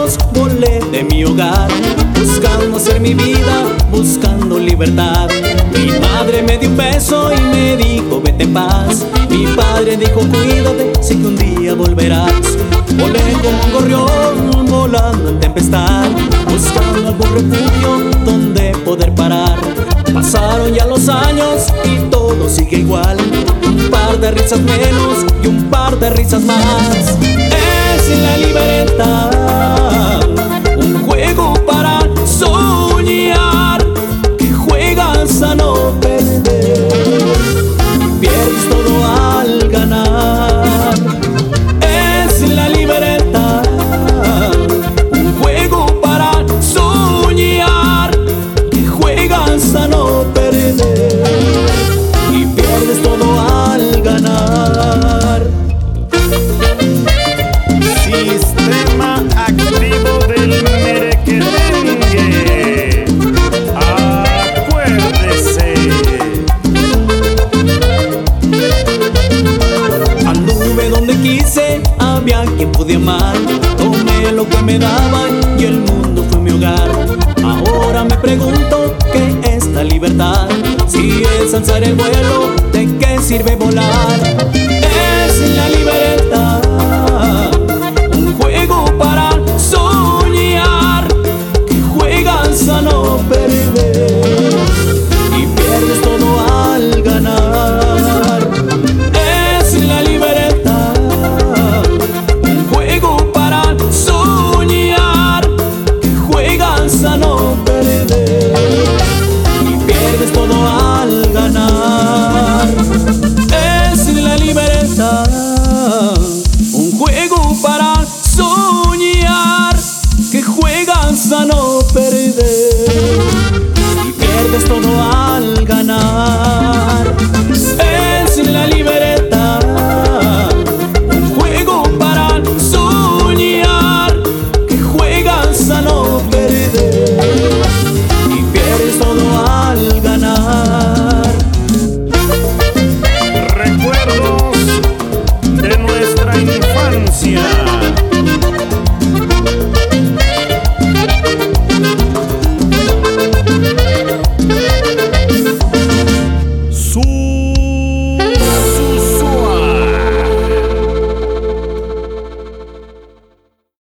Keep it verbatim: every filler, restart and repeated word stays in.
años volé de mi hogar, buscando hacer mi vida, buscando libertad. Mi madre me dio un beso y me dijo vete en paz. Mi padre dijo cuídate, sé que un día volverás. Volé como un gorrión volando en tempestad, buscando algún refugio donde poder parar. Pasaron ya los años y todo sigue igual, un par de risas menos y un par de risas más. Es la libertad, un juego para soñar, que juegas a no perder y pierdes todo al ganar. Es la libertad, un juego para soñar, que juegas a no perder y pierdes todo al ganar. Sistema activo del merequetengue. Acuérdese. Anduve donde quise, había quien pude amar. Tomé lo que me daban y el mundo fue mi hogar. Ahora me pregunto qué es la libertad. Si es alzar el vuelo, ¿de qué sirve volar?